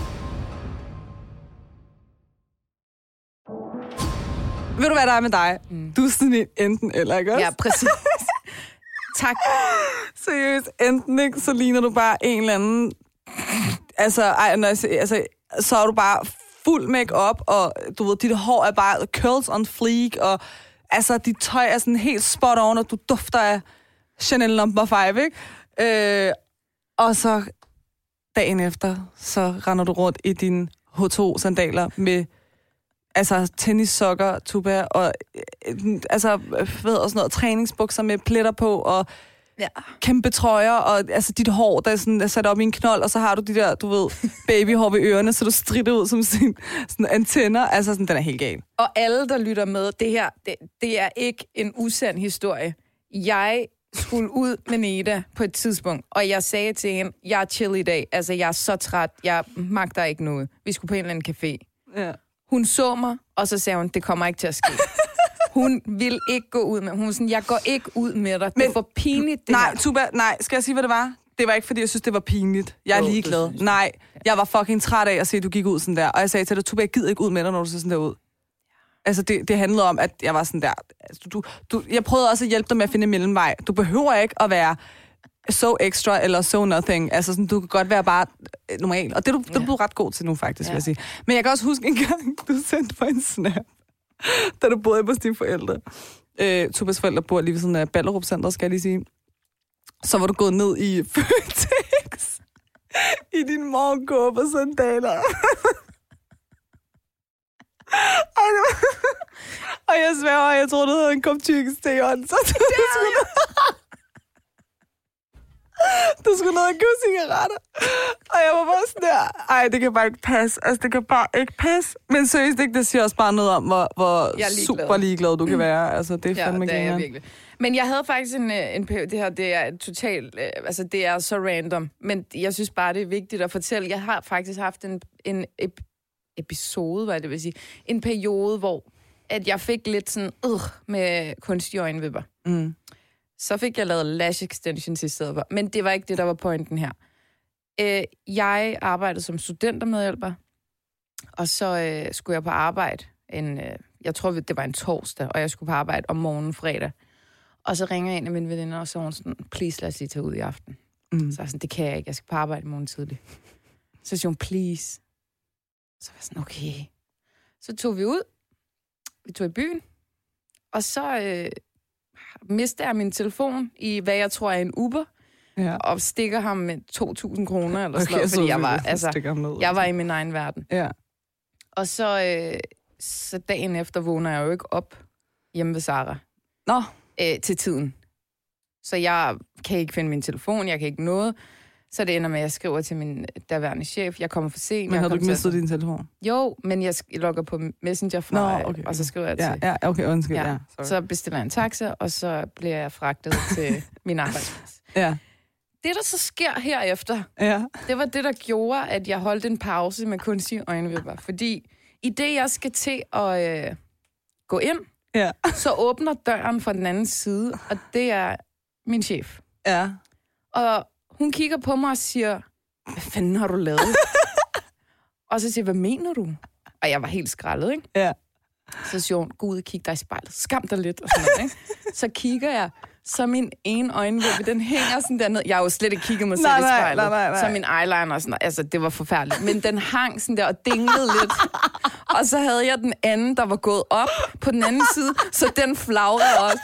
Ved du, hvad der er med dig? Mm. Du er sådan en enten eller, ikke også? Ja, præcis. Tak. Seriøst, enten ikke, så ligner du bare en eller anden... Altså, ej, når jeg, altså så er du bare fuld make-up, og du ved, dit hår er bare curls on fleek, og altså, dit tøj er sådan helt spot on, og du dufter af Chanel number fem, ikke? Øh, og så dagen efter, så render du rundt i dine H to sandaler med... Altså tennissokker, tuba, og øh, altså, hvad sådan noget, træningsbukser med pletter på, og ja. Kæmpe trøjer, og altså dit hår, der er, sådan, er sat op i en knold, og så har du de der, du ved, babyhår ved ørerne, så du stritter ud som sådan, sådan antenner. Altså, sådan, den er helt gal. Og alle, der lytter med, det her, det, det er ikke en usand historie. Jeg skulle ud med Neda på et tidspunkt, og jeg sagde til hende, jeg er chill i dag, altså jeg er så træt, jeg magter ikke noget. Vi skulle på en eller anden café. Ja. Hun så mig, og så sagde hun, det kommer ikke til at ske. Hun vil ikke gå ud med Hun var sådan, jeg går ikke ud med dig. Det er for pinligt, det nej, her. Tuba, nej, skal jeg sige, hvad det var? Det var ikke, fordi jeg synes, det var pinligt. Jeg er jo, ligeglad. Nej, jeg var fucking træt af at se, at du gik ud sådan der. Og jeg sagde til dig, Tuba, jeg gider ikke ud med dig, når du ser sådan der ud. Altså, det, det handlede om, at jeg var sådan der. Altså, du, du, jeg prøvede også at hjælpe dig med at finde en mellemvej. Du behøver ikke at være so extra eller so nothing. Altså, sådan, du kan godt være bare normal. Og det er du, ja. du er ret god til nu, faktisk, ja. vil jeg sige. Men jeg kan også huske en gang, du sendte mig en snap, da du boede hos dine forældre. Øh, Tubas forældre bor lige ved sådan en Ballerup Center, skal jeg lige sige. Så var du gået ned i Føtex i din morgenkåbe og sandaler. Og jeg sværger, jeg troede, du havde en kop tyrkisk te i hånden. Så du, du, skulle, du skulle ned og købe cigaretter. Og jeg var bare sådan der, ej, det kan bare ikke passe. Altså, det kan bare ikke passe. Men seriøst ikke, det siger også bare noget om, hvor, hvor ligeglad. super ligeglad du kan være. Altså, det er ja, fandme det er jeg virkelig. Men jeg havde faktisk en, en det her, det er totalt, altså det er så random. Men jeg synes bare, det er vigtigt at fortælle. Jeg har faktisk haft en, en episode, hvad det vil sige, en periode, hvor at jeg fik lidt sådan, øh, med kunstige øjenvipper. Mm. Så fik jeg lavet lash extensions i stedet for. Men det var ikke det, der var pointen her. Øh, jeg arbejdede som studentermedhjælper, og så øh, skulle jeg på arbejde. En, øh, jeg tror, det var en torsdag, og jeg skulle på arbejde om morgenen fredag. Og så ringer en af mine veninder, og så var hun sådan, please, lad os lige tage ud i aften. Mm. Så jeg sådan, det kan jeg ikke, jeg skal på arbejde i morgen tidlig. Så siger hun, please. Så var jeg sådan, okay. Så tog vi ud. Vi tog i byen. Og så øh, mister jeg min telefon i, hvad jeg tror er en Uber. Ja. Og stikker ham med to tusind kroner eller sådan okay, noget, fordi jeg var, altså, jeg var i min egen verden. Ja. Og så, øh, så dagen efter vågner jeg jo ikke op hjemme ved Sara. Nå. Øh, til tiden. Så jeg kan ikke finde min telefon, jeg kan ikke noget. Så det ender med, at jeg skriver til min daværende chef, jeg kommer for sent. Men har du ikke mistet din telefon? Jo, men jeg logger på Messenger fra, Nå, okay, og så skriver jeg til... Ja, ja okay, undskyld. Ja, ja, så bestiller jeg en taxa, og så bliver jeg fragtet til min arbejdsplads. Ja. Det, der så sker herefter, ja. det var det, der gjorde, at jeg holdt en pause med kunstige øjenvipper. Fordi i det, jeg skal til at øh, gå ind, ja. så åbner døren fra den anden side, og det er min chef. Ja. Og hun kigger på mig og siger, hvad fanden har du lavet? Og så siger jeg, hvad mener du? Og jeg var helt skrællet, ikke? Ja. Så siger hun, gå ud og kig dig i spejlet. Skam dig lidt, og sådan noget, ikke? Så kigger jeg, så min ene øjenvippe, den hænger sådan dernede. Jeg har jo slet ikke kigget mig selv nej, i spejlet. Nej, nej, nej. Så min eyeliner, sådan, altså det var forfærdeligt. Men den hang sådan der og dinglede lidt. Og så havde jeg den anden, der var gået op på den anden side, så den flagrede også.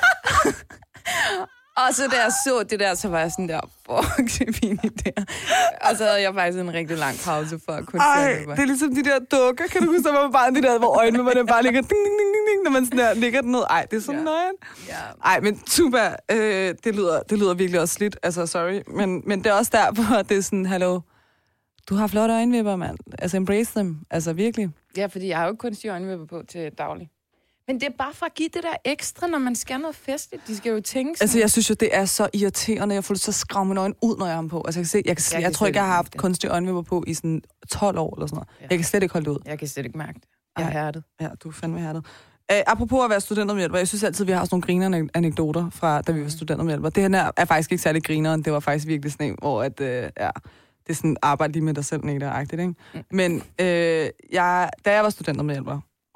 Og så da jeg så det der, så var jeg sådan der, fuck, det er pinligt der. Og så havde jeg faktisk en rigtig lang pause for at kunne Ej, se det. det er ligesom de der dukker. Kan du huske, der var bare de der, hvor øjnene var bare ligger ding, ding, ding, ding, ding, når man sådan der ligger den ned. Ej, det er sådan ja. nøjen. Ja. Ej, men super, øh, det, lyder, det lyder virkelig også slidt. Altså, sorry. Men, men det er også derfor, at det er sådan, hallo, du har flotte øjenvipper, mand. Altså, embrace dem. Altså, virkelig. Ja, fordi jeg har jo ikke kunstige øjenvipper på til daglig. Men det er bare for at give det der ekstra, når man skal noget festligt. De skal jo tænke sådan. Altså, jeg synes jo, det er så irriterende. Jeg får lyst til at skrave mine øjne ud, når jeg har dem på. Altså, jeg kan se, jeg, kan, jeg, jeg, jeg tror ikke, jeg har haft kunstige øjenvipper på i sådan tolv år eller sådan noget. Ja. Jeg kan slet ikke holde det ud. Jeg kan slet ikke mærke det. Jeg er hærdet. Ja, du er fandme hærdet. Uh, apropos at være studentermedhjælper, jeg synes altid, vi har sådan nogle grinerende anekdoter fra, da vi var studentermedhjælper. Det her er faktisk ikke særlig grineren. Det var faktisk virkelig sådan en, hvor at, uh, ja, det er sådan arbejde lige med dig selv, Neda-agtigt, ikke? Mm. Men uh, jeg, da jeg var studentermedhjælper,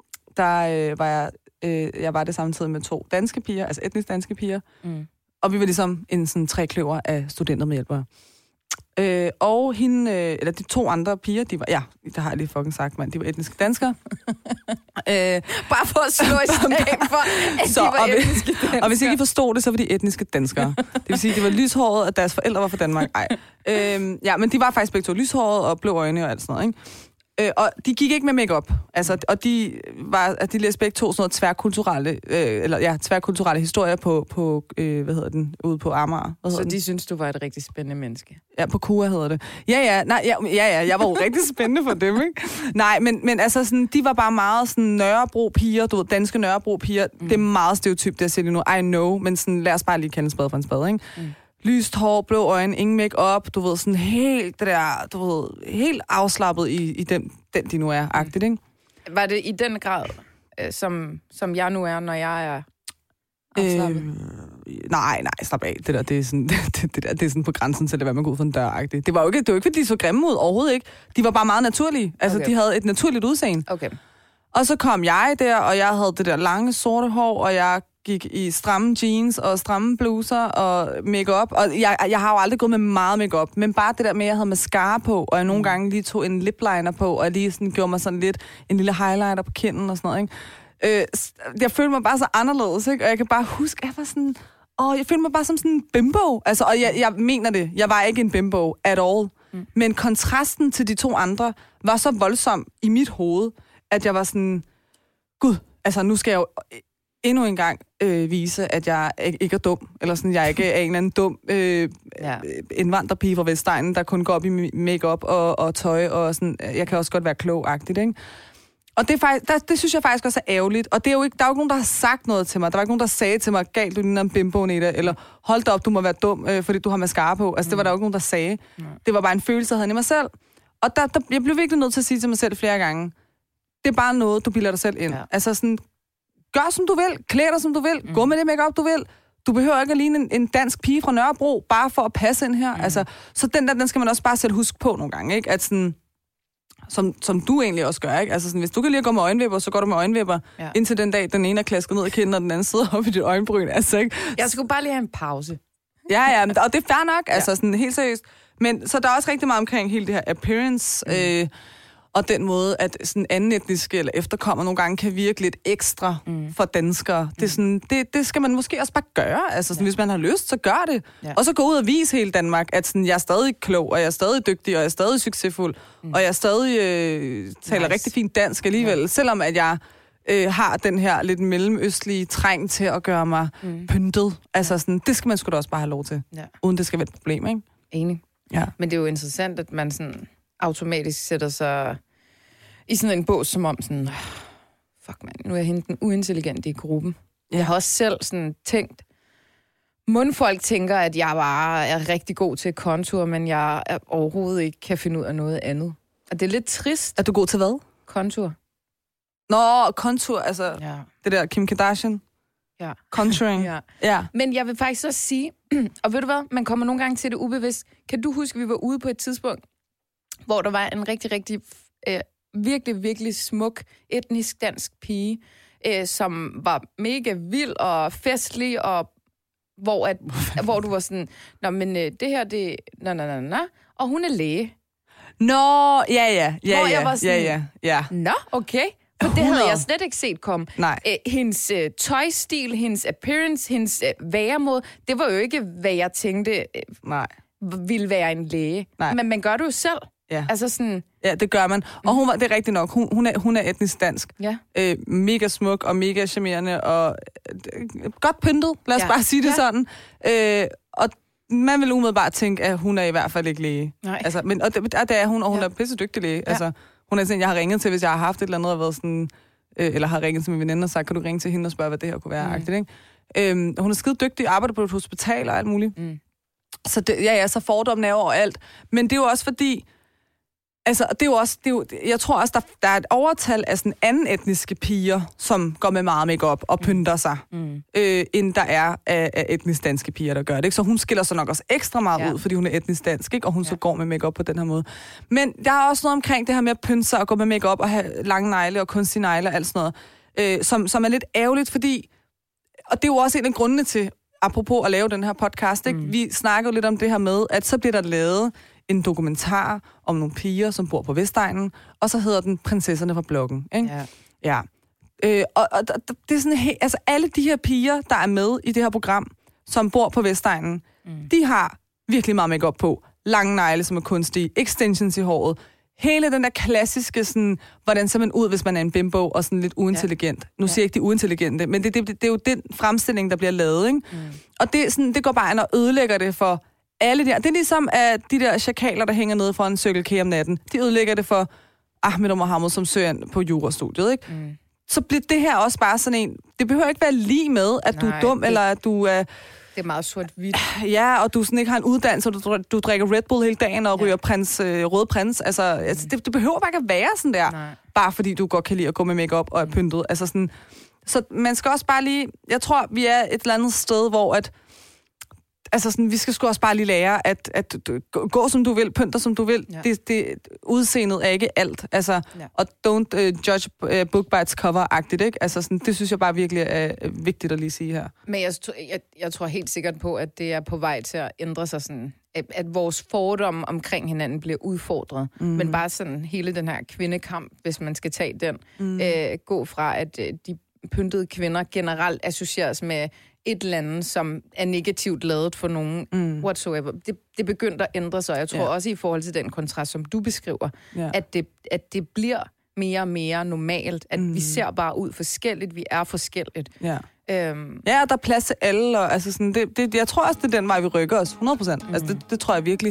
der uh, var jeg Øh, jeg var det samtidig med to danske piger, altså etnisk danske piger. Mm. Og vi var ligesom en sådan tre kløver af studentermedhjælpere. Øh, og hende, øh, eller de to andre piger, de var, ja, det har jeg lige fucking sagt, mand, de var etniske danskere. øh, Bare for at slå i slag for, at så, de var og etniske danskere. Og hvis ikke I forstod det, så var de etniske danskere. Det vil sige, de var lyshårede, og deres forældre var fra Danmark. Ej. Øh, ja, men de var faktisk begge to lyshårede og blå øjne og alt sådan noget, ikke? Øh, og de gik ikke med makeup, altså, og de var, at de læste begge to sådan noget tværkulturelle, øh, eller ja, tværkulturelle historier på, på øh, hvad hedder den, ude på Amager. Så den? de synes, du var et rigtig spændende menneske? Ja, på Kura hedder det. Ja, ja, nej, ja, ja, ja, jeg var jo rigtig spændende for dem, ikke? Nej, men, men altså sådan, de var bare meget sådan Nørrebro-piger, du ved, danske Nørrebro-piger. Mm. Det er meget stereotyp, det jeg siger lige nu, I know, men sådan, lad os bare lige kende en spade for en spade, ikke? Mm. Lyst hår, blå øjne, ingen make-up, du ved, sådan helt det der, du ved, helt afslappet i, i den, den, de nu er, agtigt, ikke? Var det i den grad, øh, som, som jeg nu er, når jeg er afslappet? Øh, nej, nej, slap af. Det der, det er sådan, det, det der, det er sådan på grænsen til, at være man går ud for en dør, agtigt. Det var jo ikke, det var ikke, fordi de så grimme ud, overhovedet ikke. De var bare meget naturlige. Altså, okay. De havde et naturligt udseende. Okay. Og så kom jeg der, og jeg havde det der lange, sorte hår, og jeg gik i stramme jeans og stramme bluser og make-up. Og jeg, jeg har jo aldrig gået med meget make-up, men bare det der med, at jeg havde mascara på, og jeg nogle gange lige tog en lip liner på, og jeg lige sådan gjorde mig sådan lidt en lille highlighter på kinden og sådan noget, ikke? Øh, jeg følte mig bare så anderledes, ikke? Og jeg kan bare huske, at jeg var sådan... Åh, jeg følte mig bare som sådan en bimbo. Altså, og jeg, jeg mener det. Jeg var ikke en bimbo at all. Mm. Men kontrasten til de to andre var så voldsom i mit hoved, at jeg var sådan... Gud, altså nu skal jeg jo endnu en gang øh, vise, at jeg ikke er dum. Eller sådan, jeg ikke er en eller anden dum øh, ja. indvandrerpige fra Vestegnen, der kun går op i make-up og, og tøj. Og sådan. Jeg kan også godt være klog-agtigt, ikke? Og det, er faktisk, der, det synes jeg faktisk også er ærgerligt. Og det er jo ikke, der er jo ikke nogen, der har sagt noget til mig. Der var ikke nogen, der sagde til mig, galt du ligner en bimbo, Neda, eller hold da op, du må være dum, øh, fordi du har mascara på. Altså, mm. det var der jo ikke nogen, der sagde. Mm. Det var bare en følelse, jeg havde i mig selv. Og der, der, jeg blev virkelig nødt til at sige til mig selv flere gange, det er bare noget, du bilder dig selv ind. Ja. Altså sådan, gør som du vil, klæd dig som du vil, mm. gå med det make-up, du vil. Du behøver ikke at ligne en, en dansk pige fra Nørrebro, bare for at passe ind her. Mm. Altså, så den der, den skal man også bare selv huske på nogle gange, ikke? At sådan... Som, som du egentlig også gør, ikke? Altså sådan, hvis du kan lige gå med øjenvipper, så går du med øjenvipper, ja. Indtil den dag, den ene er klasket ned i kinden, og den anden sidder oppe i dit øjenbryn. Altså, ikke? Jeg skulle bare lige have en pause. Ja, ja, og det er fair nok, altså sådan helt seriøst. Men så der er også rigtig meget omkring hele det her appearance, mm. øh, og den måde, at sådan anden etniske eller efterkommer nogle gange kan virke lidt ekstra mm. for danskere. Mm. Det, er sådan, det, det skal man måske også bare gøre. Altså sådan, ja. Hvis man har lyst, så gør det. Ja. Og så gå ud og vise hele Danmark, at sådan, jeg er stadig klog, og jeg er stadig dygtig, og jeg er stadig succesfuld, mm. og jeg er stadig øh, taler nice. Rigtig fint dansk alligevel, ja. Selvom at jeg øh, har den her lidt mellemøstlige træng til at gøre mig mm. pyntet. Altså sådan, det skal man sgu da også bare have lov til, ja. Uden det skal være et problem, ikke? Enig. Ja. Men det er jo interessant, at man sådan automatisk sætter sig i sådan en bås, som om sådan, fuck man, nu er jeg hende den uintelligente i gruppen. Ja. Jeg har også selv sådan tænkt, mundfolk tænker, at jeg bare er rigtig god til kontur, men jeg er overhovedet ikke kan finde ud af noget andet. Og det er lidt trist. Er du god til hvad? Kontur. Nå, kontur, altså ja. Det der Kim Kardashian. Ja. Contouring. ja. Ja. Men jeg vil faktisk også sige, og ved du hvad, man kommer nogle gange til det ubevidst. Kan du huske, at vi var ude på et tidspunkt, hvor der var en rigtig, rigtig øh, virkelig, virkelig smuk, etnisk dansk pige, øh, som var mega vild og festlig, og hvor, at, hvor du var sådan, nå, men øh, det her, det... Nå, nå, nå, nå. Og hun er læge. Nå, ja, ja, ja, hvor ja, jeg var sådan, ja, ja, ja. Nå, okay. For det havde jeg slet ikke set komme. Nej. Æ, hendes øh, tøjstil, hendes appearance, hendes øh, væremåde, det var jo ikke, hvad jeg tænkte øh, Nej. ville være en læge. Nej. Men man gør det jo selv. Ja. Altså sådan... Ja, det gør man. Og hun var, det er rigtigt nok, hun, hun, er, hun er etnisk dansk. Ja. Øh, mega smuk og mega charmerende og øh, godt pyntet, lad os ja. bare sige det ja. sådan. Øh, og man vil umiddelbart tænke, at hun er i hvert fald ikke læge. Nej. Altså, men, og, det, og det er hun, og hun ja. er pisse dygtig læge. Ja. Altså, hun er sådan, jeg har ringet til, hvis jeg har haft et eller andet og været sådan... Øh, eller har ringet til min veninde og sagt, kan du ringe til hende og spørge, hvad det her kunne være? Mm. Agtigt, ikke? Øhm, hun er skide dygtig, arbejder på et hospital og alt muligt. Mm. Så det, ja, ja, så fordommen er overalt. Men det er jo også fordi, altså, det er jo også, det er jo, jeg tror også, der, der er et overtal af sådan anden etniske piger, som går med meget makeup og pynter sig, mm. øh, end der er af, af etnisk danske piger, der gør det. Ikke? Så hun skiller sig nok også ekstra meget ja. ud, fordi hun er etnisk dansk, ikke? Og hun ja. så går med makeup på den her måde. Men der er også noget omkring det her med at pynte sig og gå med makeup og have lange negle og kunstige negle og alt sådan noget, øh, som, som er lidt ærgerligt, fordi, og det er jo også en af grundene til, apropos at lave den her podcast, ikke? Mm. Vi snakker jo lidt om det her med, at så bliver der lavet en dokumentar om nogle piger, som bor på Vestegnen, og så hedder den Prinsesserne fra Blokken. Ikke? Ja. Ja. Øh, og, og det er sådan helt, altså alle de her piger, der er med i det her program, som bor på Vestegnen, mm. de har virkelig meget makeup på. Lange negle, som er kunstige, extensions i håret. Hele den der klassiske, sådan, hvordan ser man ud, hvis man er en bimbo og sådan lidt uintelligent. Ja. Nu siger jeg ikke, de er uintelligente, men det, det, det, det er jo den fremstilling, der bliver lavet. Ikke? Mm. Og det, sådan, det går bare ind og ødelægger det for alle de her. Det er ligesom, at de der chakaler, der hænger nede foran Circle K om natten, de ødelægger det for Ahmed og Mohammed, som søger ind på jurastudiet, ikke? Mm. Så bliver det her også bare sådan en... Det behøver ikke være lige med, at Nej, du er dum, det, eller at du er... Det er meget sort-hvidt. Ja, og du sådan ikke har en uddannelse, og du, du drikker Red Bull hele dagen og ja. ryger prins, øh, rød prins. Altså, mm. altså det, det behøver bare ikke at være sådan der, Nej. bare fordi du godt kan lide at gå med makeup og er pyntet. Altså sådan... Så man skal også bare lige... Jeg tror, vi er et eller andet sted, hvor at... Altså sådan, vi skal sgu også bare lige lære, at, at gå som du vil, pynter som du vil. Ja. Det, det, udseendet er ikke alt. Altså, ja. Og don't uh, judge uh, book by its cover-agtigt, ikke? Altså sådan, det synes jeg bare virkelig er vigtigt at lige sige her. Men jeg, jeg, jeg tror helt sikkert på, at det er på vej til at ændre sig sådan, at, at vores fordomme omkring hinanden bliver udfordret. Mm. Men bare sådan hele den her kvindekamp, hvis man skal tage den, mm. øh, gå fra, at øh, de pyntede kvinder generelt associeres med et eller andet, som er negativt lavet for nogen mm. whatsoever. Det, det begyndte at ændre sig, jeg tror ja. også i forhold til den kontrast, som du beskriver, ja. at, det, at det bliver mere og mere normalt, at mm. vi ser bare ud forskelligt, vi er forskelligt. Ja, øhm. ja der er plads til alle, og altså sådan, det, det, jeg tror også, det er den vej, vi rykker os, hundrede procent. Mm. Altså, det, det tror jeg virkelig.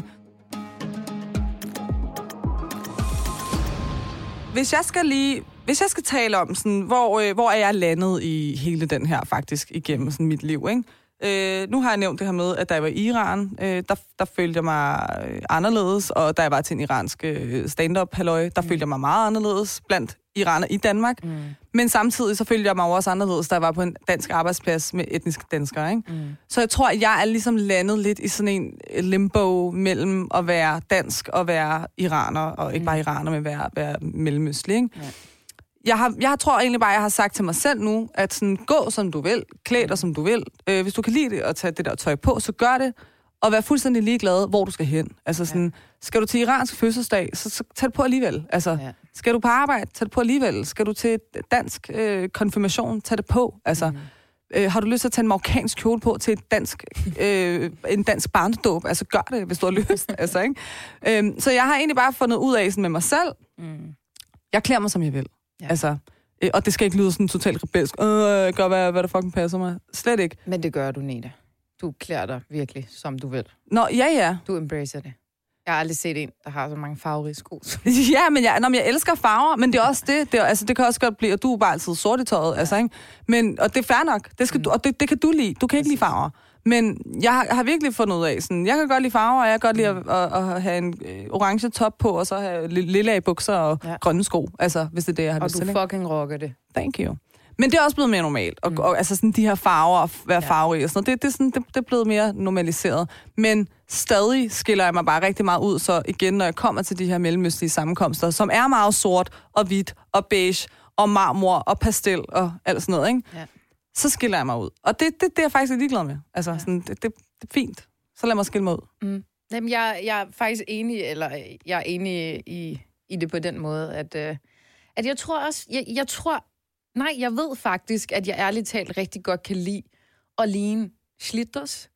Hvis jeg skal lige... Hvis jeg skal tale om, sådan, hvor, øh, hvor er jeg landet i hele den her, faktisk, igennem sådan, mit liv, ikke? Øh, nu har jeg nævnt det her med, at da jeg var i Iran, øh, der, der følte jeg mig øh, anderledes, og da jeg var til en iransk øh, stand-up-halløj, der mm. følte jeg mig meget anderledes blandt iraner i Danmark. Mm. Men samtidig så følte jeg mig også anderledes, da jeg var på en dansk arbejdsplads med etniske danskere, ikke? Mm. Så jeg tror, at jeg er ligesom landet lidt i sådan en limbo mellem at være dansk og være iraner, og ikke mm. bare iraner, men være, være mellemøstlig, ikke? Ja. Jeg, har, jeg tror egentlig bare, at jeg har sagt til mig selv nu, at sådan, gå som du vil, klæd dig som du vil. Øh, hvis du kan lide det og tage det der tøj på, så gør det. Og vær fuldstændig ligeglad, hvor du skal hen. Altså sådan, ja. skal du til iransk fødselsdag, så, så tag det på alligevel. Altså, ja. skal du på arbejde, tag det på alligevel. Skal du til dansk øh, konfirmation, tag det på. Altså, mm. øh, har du lyst til at tage en marokkansk kjole på til et dansk, øh, en dansk barnedåb, altså gør det, hvis du har lyst. altså, ikke? Øh, så jeg har egentlig bare fundet ud af sådan med mig selv, mm. jeg klæder mig, som jeg vil. Ja. Altså, øh, og det skal ikke lyde sådan totalt rebelsk. Øh, gør, hvad, hvad der fucking passer mig. Slet ikke. Men det gør du, Neda. Du klæder dig virkelig, som du vil. Nå, ja, ja. Du embracer det. Jeg har aldrig set en, der har så mange farverige sko. ja, men jeg, nå, men jeg elsker farver, men det er også det. Det, er, altså, det kan også godt blive, at du er bare altid sort i tøjet. Ja. Altså, ikke? Men, og det er fair nok. Det skal mm. du, og det, det kan du lide. Du kan ikke lide farver. Men jeg har, har virkelig fundet ud af, sådan, jeg kan godt lide farver, og jeg kan godt lide at, at, at have en øh, orange top på, og så have lilla bukser og ja. grønne sko, altså, hvis det er det, jeg har lyst til. Og du fucking rocker det. Thank you. Men det er også blevet mere normalt, og, mm. og altså sådan de her farver, at være ja. farverige og sådan noget, det, det, er sådan, det, det er blevet mere normaliseret. Men stadig skiller jeg mig bare rigtig meget ud, så igen, når jeg kommer til de her mellemøstlige sammenkomster, som er meget sort og hvidt og beige og marmor og pastel og alt sådan noget, ikke? Ja. Så skiller jeg mig ud. Og det, det, det er jeg faktisk ligeglad med. Altså, ja. sådan, det, det, det er fint. Så lad mig skille mig ud. Mm. Jamen, jeg, jeg er faktisk enig, eller jeg er enig i, i det på den måde, at, øh, at jeg tror også, jeg, jeg tror, nej, jeg ved faktisk, at jeg ærligt talt rigtig godt kan lide at ligne Schlitters.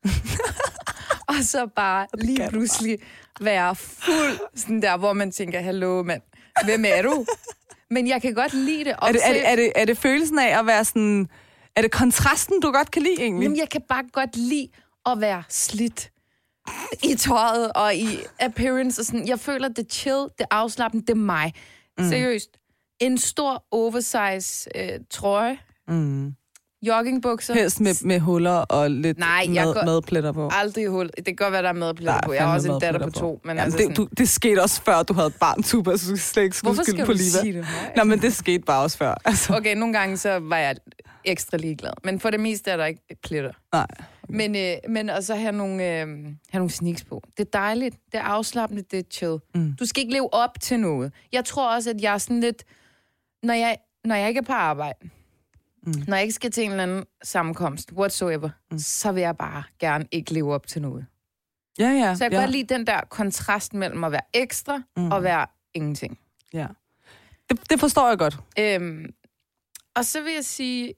Og så bare lige pludselig være fuld, sådan der, hvor man tænker, hallo mand, hvem er du? Men jeg kan godt lide det. Er det, er, det, er, det, er det følelsen af at være sådan, er det kontrasten, du godt kan lide egentlig? Jamen, jeg kan bare godt lide at være slidt i tøjet og i appearance og sådan. Jeg føler, det er chill, det er afslappende, det er mig. Mm. Seriøst. En stor oversize øh, trøje. Mm. Joggingbukser. Helst med, med huller og lidt Nej, mad, går madpletter på. Aldrig hul. Det kan godt være, der er madpletter på. Jeg har også en datter på to. Men Jamen, altså det, sådan... du, det skete også før, du havde et barn, Tuba, så du slet ikke skulle skylde på livet. Hvorfor skal du sige det? Nå, men det skete bare også før. Altså. Okay, nogle gange så var jeg ekstra ligeglad. Men for det meste er der ikke pletter. Nej. Okay. Men, øh, men også have nogle, øh, have nogle sneaks på. Det er dejligt, det er afslappende, det er chill. Mm. Du skal ikke leve op til noget. Jeg tror også, at jeg er sådan lidt... Når jeg, når jeg ikke er på arbejde, mm. når jeg ikke skal til en eller anden sammenkomst, whatsoever, mm. så vil jeg bare gerne ikke leve op til noget. Ja, ja. Så jeg kan ja. godt lide den der kontrast mellem at være ekstra mm. og være ingenting. Ja. Det, det forstår jeg godt. Øhm, og så vil jeg sige...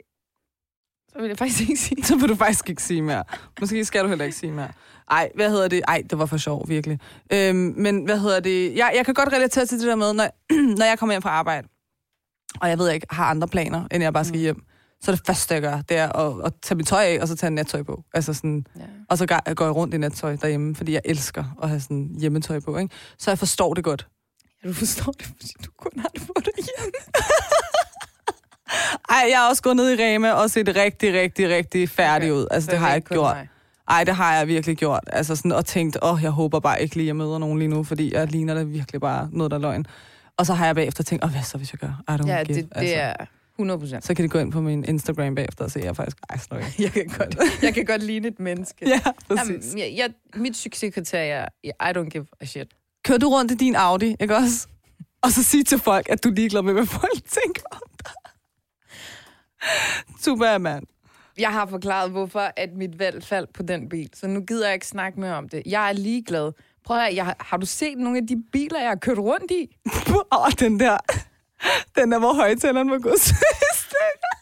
Så vil jeg faktisk ikke sige... Så vil du faktisk ikke sige mere. Måske skal du heller ikke sige mere. Ej, hvad hedder det? Ej, det var for sjov, virkelig. Øhm, men hvad hedder det? Jeg, jeg kan godt relatere til det der med, når, når jeg kommer hjem fra arbejde, og jeg ved ikke, har andre planer, end jeg bare skal hjem. Så det første, jeg gør, det er at, at tage mit tøj af, og så tage en nattøj på. Altså sådan, ja. Og så går jeg rundt i nattøj derhjemme, fordi jeg elsker at have sådan hjemmetøj på, ikke? Så jeg forstår det godt. Ja, du forstår det, fordi du kun har det på derhjemme. Ej, jeg har også gået ned i Rema og set rigtig, rigtig, rigtig færdig okay. ud. Altså, det har jeg ikke gjort. Mig. Ej, det har jeg virkelig gjort. Altså sådan, og tænkt, åh, oh, jeg håber bare ikke lige, at jeg møder nogen lige nu, fordi jeg ligner det virkelig bare noget, der er løgn. Og så har jeg bagefter tænkt, åh, oh, hvad så, hvis jeg gør? I don't ja, give. det, det altså, er hundrede procent. Så kan de gå ind på min Instagram bagefter og se, at jeg faktisk ej, slår ikke. jeg, kan godt, jeg kan godt ligne et menneske. Ja, præcis. Jamen, jeg, jeg, mit succeskriterie er, I don't give a shit. Kører du rundt i din Audi, ikke også? Og så sig til folk, at du er ligeglad med, hvad folk tænker om dig. Super, mand. Jeg har forklaret, hvorfor at mit valg faldt på den bil, så nu gider jeg ikke snakke mere om det. Jeg er ligeglad. Prøv at høre, jeg, har du set nogle af de biler, jeg har kørt rundt i? Åh, oh, den der. Den der, hvor højtaleren var gået til stykker.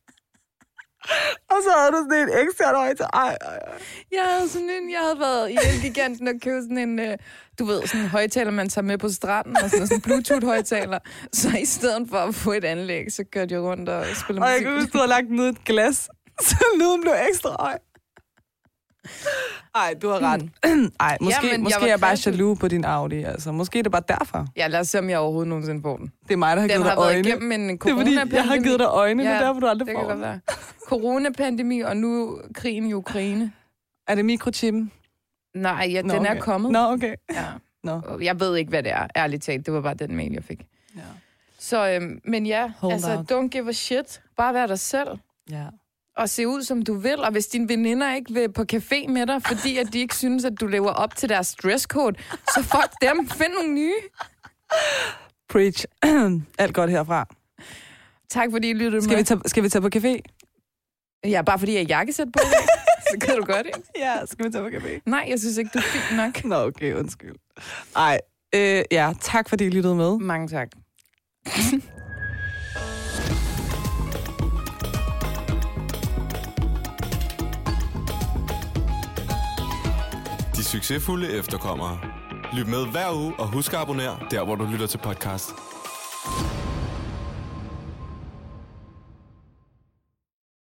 Og så havde du sådan en ekstern højtaler. Ej, ej, ej. Jeg havde sådan en, jeg havde været i Elgiganten og købt sådan en, uh, du ved, sådan en højtaler, man tager med på stranden, og sådan en Bluetooth-højtaler. Så i stedet for at få et anlæg, så kørte jeg rundt og spillede musik. Og jeg kunne huske, du havde lagt ned et glas, så lyden blev ekstra høj. Ej, du har ret. Mm. Ej, måske, ja, måske jeg er jeg bare jaloux på din Audi, altså. Måske er det bare derfor. Ja, lad os se, om jeg overhovedet nogensinde får den. Det er mig, der har den givet dig øjne. Den har været igennem en coronapandemi. Det er fordi, jeg har givet dig øjne, ja, det er derfor, du aldrig får den. Coronapandemi, og nu krigen i Ukraine. Er det mikrochippen? Nej, ja, Nå, den okay. er kommet. Nå, okay. Ja. Nå. Jeg ved ikke, hvad det er, ærligt talt. Det var bare den mail, jeg fik. Ja. Så, øhm, men ja, Hold altså, out. Don't give a shit. Bare vær dig selv. Ja. Og se ud, som du vil. Og hvis dine veninder ikke vil på café med dig, fordi at de ikke synes, at du lever op til deres dresscode, så fuck dem. Find nogle nye. Preach. Alt godt herfra. Tak, fordi I lyttede skal med. Vi tage, skal vi tage på café? Ja, bare fordi jeg er jakkesæt på i dag. Så kan du godt, ikke? Ja, skal vi tage på café? Nej, jeg synes ikke, du er fint nok. Nå, okay, undskyld. Ej, øh, ja, tak fordi I lyttede med. Mange tak. De succesfulde efterkommere. Lyt med hver uge, og husk at abonnere der, hvor du lytter til podcast.